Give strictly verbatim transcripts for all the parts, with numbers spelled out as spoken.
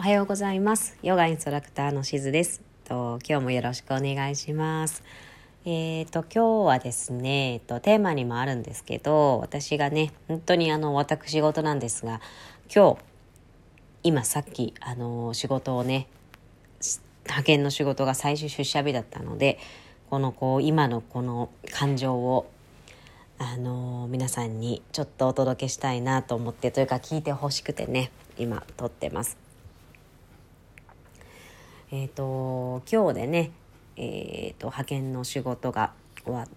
おはようございます。ヨガインストラクターのしずです。と今日もよろしくお願いします。えーと今日はですね、えっと、テーマにもあるんですけど、私がね本当にあの私事なんですが、今日今さっきあの仕事をね派遣の仕事が最終出社日だったので、このこう今のこの感情をあの皆さんにちょっとお届けしたいなと思って、というか聞いてほしくてね今撮ってます。えーと今日でね、えーと派遣の仕事が終わって、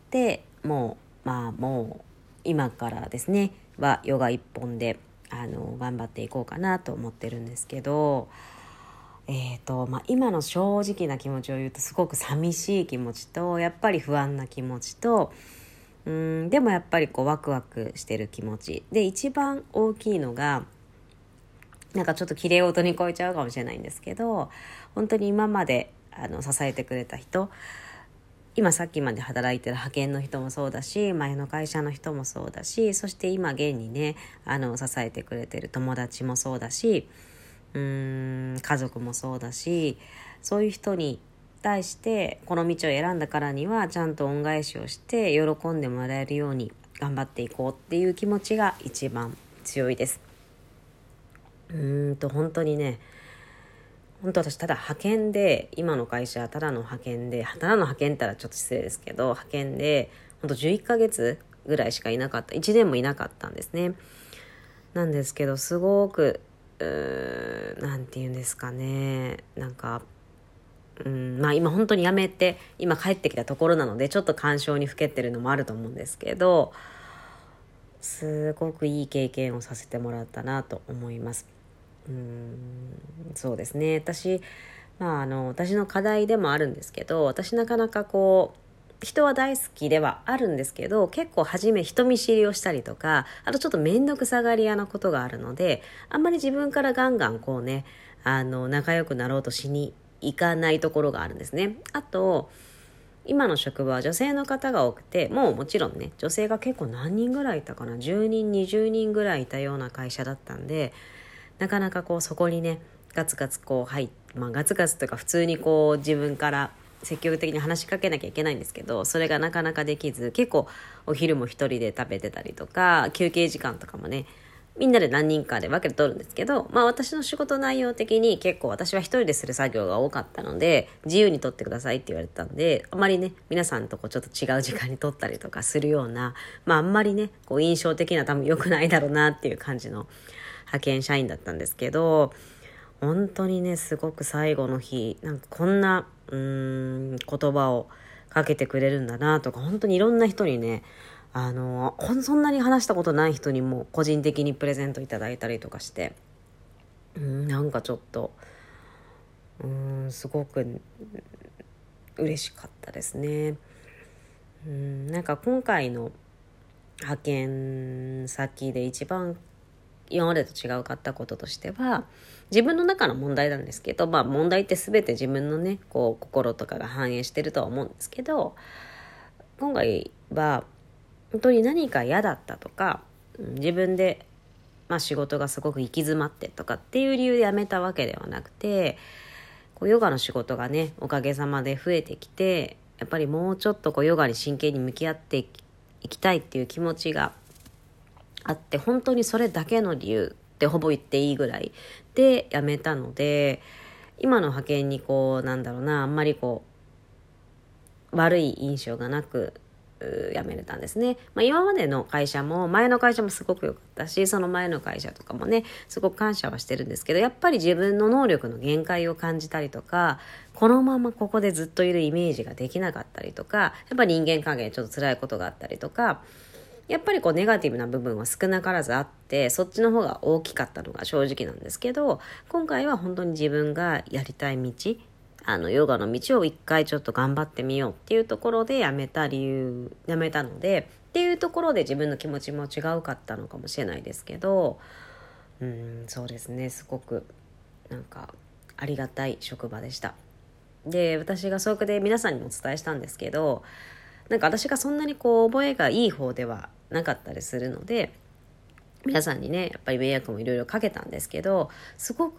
もうまあもう今からですねはヨガ一本であの頑張っていこうかなと思ってるんですけど、えーとまあ、今の正直な気持ちを言うと、すごく寂しい気持ちと、やっぱり不安な気持ちと、うーんでもやっぱりこうワクワクしてる気持ちで、一番大きいのがなんかちょっと綺麗事に超えちゃうかもしれないんですけど、本当に今まであの支えてくれた人、今さっきまで働いてる派遣の人もそうだし、前の会社の人もそうだし、そして今現にねあの支えてくれてる友達もそうだし、うーん家族もそうだし、そういう人に対してこの道を選んだからにはちゃんと恩返しをして喜んでもらえるように頑張っていこうっていう気持ちが一番強いです。うーんと本当にね、本当私ただ派遣で、今の会社ただの派遣で、ただの派遣って言ったらちょっと失礼ですけど、派遣で本当じゅういっかげつぐらいしかいなかった、いちねんもいなかったんですね。なんですけど、すごくうーなんて言うんですかね、なんかうんまあ今本当に辞めて今帰ってきたところなので、ちょっと感傷にふけってるのもあると思うんですけど、すごくいい経験をさせてもらったなと思います。うーんそうですね、私、まあ、あの私の課題でもあるんですけど、私なかなかこう人は大好きではあるんですけど、結構初め人見知りをしたりとか、あとちょっと面倒くさがり屋なことがあるので、あんまり自分からガンガンこうねあの仲良くなろうとしに行かないところがあるんですね。あと今の職場は女性の方が多くて、もうもちろんね女性が結構何人ぐらいいたかな、じゅうにんにじゅうにんぐらいいたような会社だったんで、なかなかこうそこにねガツガツこう入っ、まあ、ガツガツというか普通にこう自分から積極的に話しかけなきゃいけないんですけど、それがなかなかできず、結構お昼も一人で食べてたりとか、休憩時間とかもねみんなで何人かで分けて取るんですけど、まあ私の仕事内容的に結構私は一人でする作業が多かったので、自由に取ってくださいって言われてたんで、あまりね皆さんとこうちょっと違う時間に取ったりとかするような、まああんまりねこう印象的な多分良くないだろうなっていう感じの派遣社員だったんですけど、本当にねすごく最後の日なんかこんなうーん言葉をかけてくれるんだなとか、本当にいろんな人にね、あのそんなに話したことない人にも個人的にプレゼントいただいたりとかして、うんなんかちょっとうんすごく嬉しかったですね。うんなんか今回の派遣先で一番今までと違うかったこととしては、自分の中の問題なんですけど、まあ問題って全て自分のねこう心とかが反映してるとは思うんですけど、今回は本当に何か嫌だったとか、自分で、まあ、仕事がすごく行き詰まってとかっていう理由で辞めたわけではなくて、こうヨガの仕事がねおかげさまで増えてきて、やっぱりもうちょっとこうヨガに真剣に向き合っていきたいっていう気持ちがあって、本当にそれだけの理由ってほぼ言っていいぐらいで辞めたので、今の派遣にこうなんだろうな、あんまりこう悪い印象がなく辞めれたんですね。まあ、今までの会社も前の会社もすごく良かったし、その前の会社とかもねすごく感謝はしてるんですけど、やっぱり自分の能力の限界を感じたりとか、このままここでずっといるイメージができなかったりとか、やっぱり人間関係ちょっと辛いことがあったりとか、やっぱりこうネガティブな部分は少なからずあって、そっちの方が大きかったのが正直なんですけど、今回は本当に自分がやりたい道、あのヨガの道を一回ちょっと頑張ってみようっていうところでやめた理由やめたのでっていうところで、自分の気持ちも違うかったのかもしれないですけど、うーんそうですね、すごくなんかありがたい職場でした。で、私がそこで皆さんにもお伝えしたんですけど、なんか私がそんなにこう覚えがいい方ではなかったりするので、皆さんにねやっぱり迷惑もいろいろかけたんですけど、すごく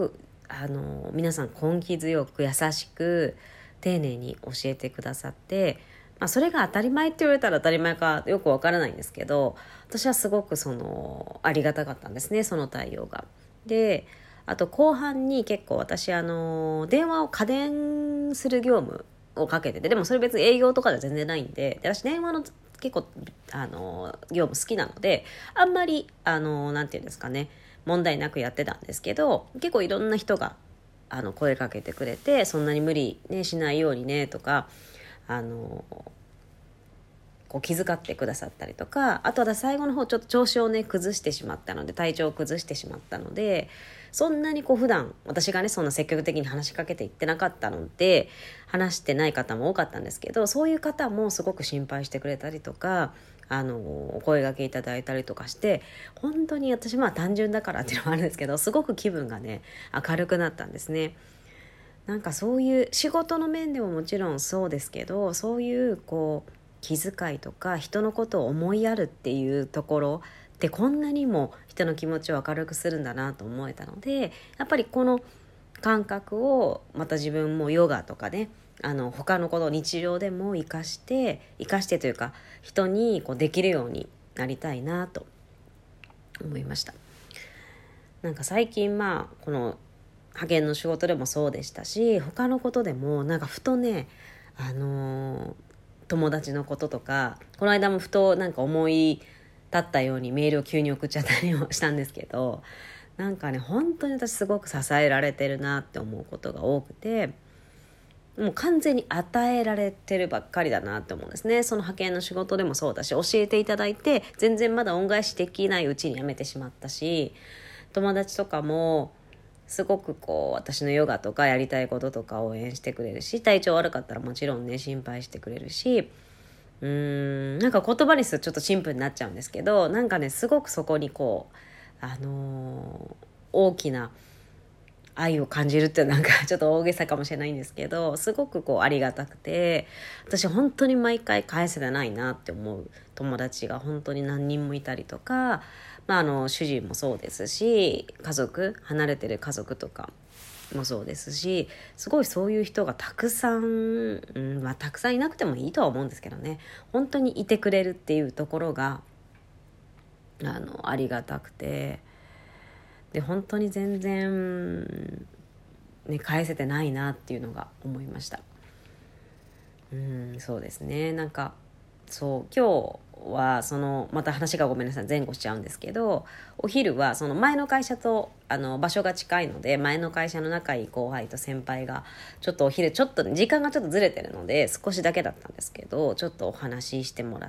あの皆さん根気強く優しく丁寧に教えてくださって、まあ、それが当たり前って言われたら当たり前かよくわからないんですけど、私はすごくそのありがたかったんですね、その対応が。であと後半に結構私あの電話を家電する業務をかけてて、でもそれ別に営業とかじゃ全然ないんで、で私電話の結構あの業務好きなので、あんまりあのなんていうんですかね、問題なくやってたんですけど、結構いろんな人があの声かけてくれて、そんなに無理、ね、しないようにねとか、あのこう気遣ってくださったりとか、あとは最後の方ちょっと調子をね崩してしまったので、体調を崩してしまったので、そんなにこう普段私がねそんな積極的に話しかけていってなかったので話してない方も多かったんですけど、そういう方もすごく心配してくれたりとか、あのお声掛けいただいたりとかして、本当に私まあ単純だからっていうのもあるんですけど、すごく気分がね明るくなったんですね。なんかそういう仕事の面でももちろんそうですけど、そういうこう気遣いとか人のことを思いやるっていうところってこんなにも人の気持ちを明るくするんだなと思えたので、やっぱりこの感覚をまた自分もヨガとかね、あの他のことを日常でも生かして生かしてというか人にこうできるようになりたいなと思いました。なんか最近まあこの派遣の仕事でもそうでしたし、他のことでもなんかふとね、あのー友達のこととか、この間もふとなんか思い立ったようにメールを急に送っちゃったりもしたんですけど、なんかね本当に私すごく支えられてるなって思うことが多くて、もう完全に与えられてるばっかりだなって思うんですね。その派遣の仕事でもそうだし、教えていただいて全然まだ恩返しできないうちに辞めてしまったし、友達とかもすごくこう私のヨガとかやりたいこととか応援してくれるし、体調悪かったらもちろんね心配してくれるし、うーんなんか言葉にするとちょっとシンプルになっちゃうんですけど、なんかねすごくそこにこうあのー大きな愛を感じるっていうなんかちょっと大げさかもしれないんですけど、すごくこうありがたくて、私本当に毎回返せてないなって思う友達が本当に何人もいたりとか、まあ、あの主人もそうですし、家族離れてる家族とかもそうですし、すごいそういう人がたくさん、うんまあ、たくさんいなくてもいいとは思うんですけどね、本当にいてくれるっていうところがあのありがたくて、で本当に全然、ね、返せてないなっていうのが思いました。うんそうですね、なんかそう今日はそのまた話がごめんなさい前後しちゃうんですけど、お昼はその前の会社とあの場所が近いので、前の会社の仲いい後輩と先輩がちょっとお昼ちょっと時間がちょっとずれてるので少しだけだったんですけど、ちょっとお話ししてもらって、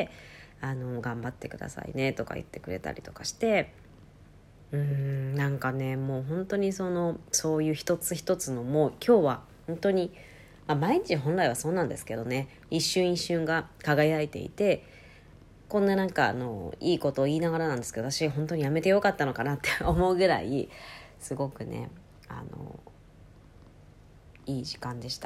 あの頑張ってくださいねとか言ってくれたりとかして、うーんなんかねもう本当にそのそういう一つ一つのもう今日は本当に、まあ、毎日本来はそうなんですけどね、一瞬一瞬が輝いていて、こんななんかあのいいことを言いながらなんですけど、私本当にやめてよかったのかなって思うぐらいすごくねあのいい時間でした。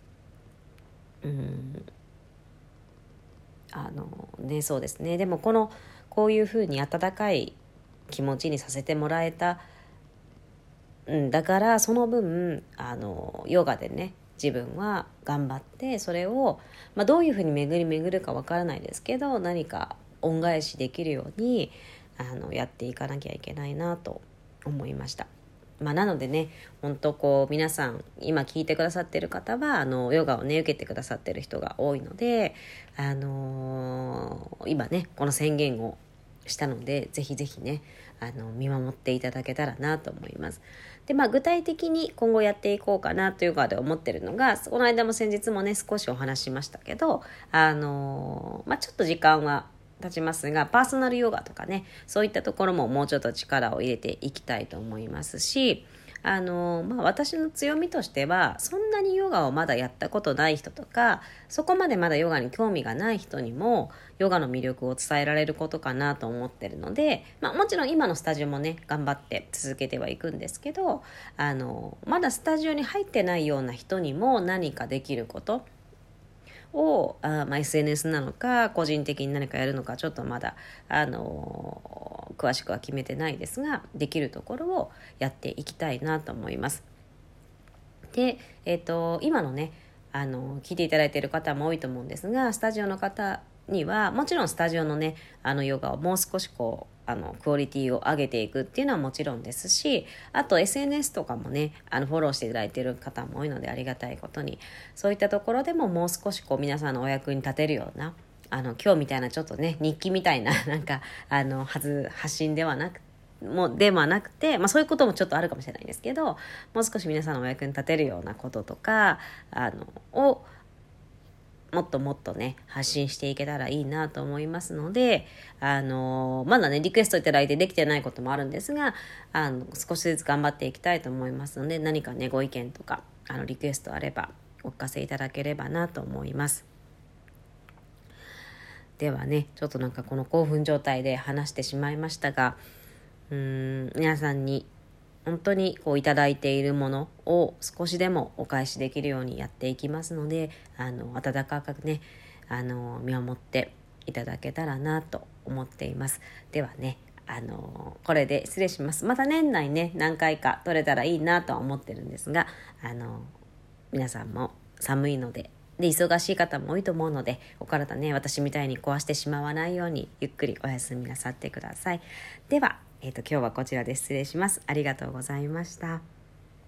うんあのねそうですね、でもこのこういうふうに温かい気持ちにさせてもらえた、うん、だからその分あのヨガでね自分は頑張って、それを、まあ、どういうふうに巡り巡るかわからないですけど、何か恩返しできるようにあのやっていかなきゃいけないなと思いました。まあ、なのでね本当こう皆さん今聞いてくださってる方はあのヨガをね受けてくださってる人が多いので、あのー今ねこの宣言をしたので、ぜひぜひねあの見守っていただけたらなと思います。で、まあ、具体的に今後やっていこうかなというかで思ってるのが、この間も先日もね少しお話ししましたけど、あのーまあ、ちょっと時間は経ちますが、パーソナルヨガとかねそういったところももうちょっと力を入れていきたいと思いますし、あのまあ、私の強みとしてはそんなにヨガをまだやったことない人とか、そこまでまだヨガに興味がない人にもヨガの魅力を伝えられることかなと思ってるので、まあ、もちろん今のスタジオもね頑張って続けてはいくんですけど、あのまだスタジオに入ってないような人にも何かできることをあ、まあ、エスエヌエス なのか個人的に何かやるのかちょっとまだあの詳しくは決めてないですが、できるところをやっていきたいなと思います。で、えーと、今のねあの聞いていただいている方も多いと思うんですが、スタジオの方にはもちろんスタジオのねあのヨガをもう少しこうあのクオリティを上げていくっていうのはもちろんですし、あと エスエヌエス とかもねあのフォローしていただいている方も多いのでありがたいことに、そういったところでももう少しこう皆さんのお役に立てるような、あの今日みたいなちょっとね日記みたいななんかあの発発信ではなくもではなくて、まあ、そういうこともちょっとあるかもしれないんですけど、もう少し皆さんのお役に立てるようなこととかあのをもっともっとね発信していけたらいいなと思いますので、あのまだねリクエストいただいてできてないこともあるんですが、あの少しずつ頑張っていきたいと思いますので、何かねご意見とかあのリクエストあればお聞かせいただければなと思います。ではねちょっとなんかこの興奮状態で話してしまいましたが、うーん皆さんに本当にこういただいているものを少しでもお返しできるようにやっていきますので、あの温かくねあの見守っていただけたらなと思っています。ではねあのこれで失礼します。また年内ね何回か撮れたらいいなとは思ってるんですが、あの皆さんも寒いのでで忙しい方も多いと思うので、お体ね私みたいに壊してしまわないようにゆっくりお休みなさってください。ではえーと、今日はこちらで失礼します。ありがとうございました。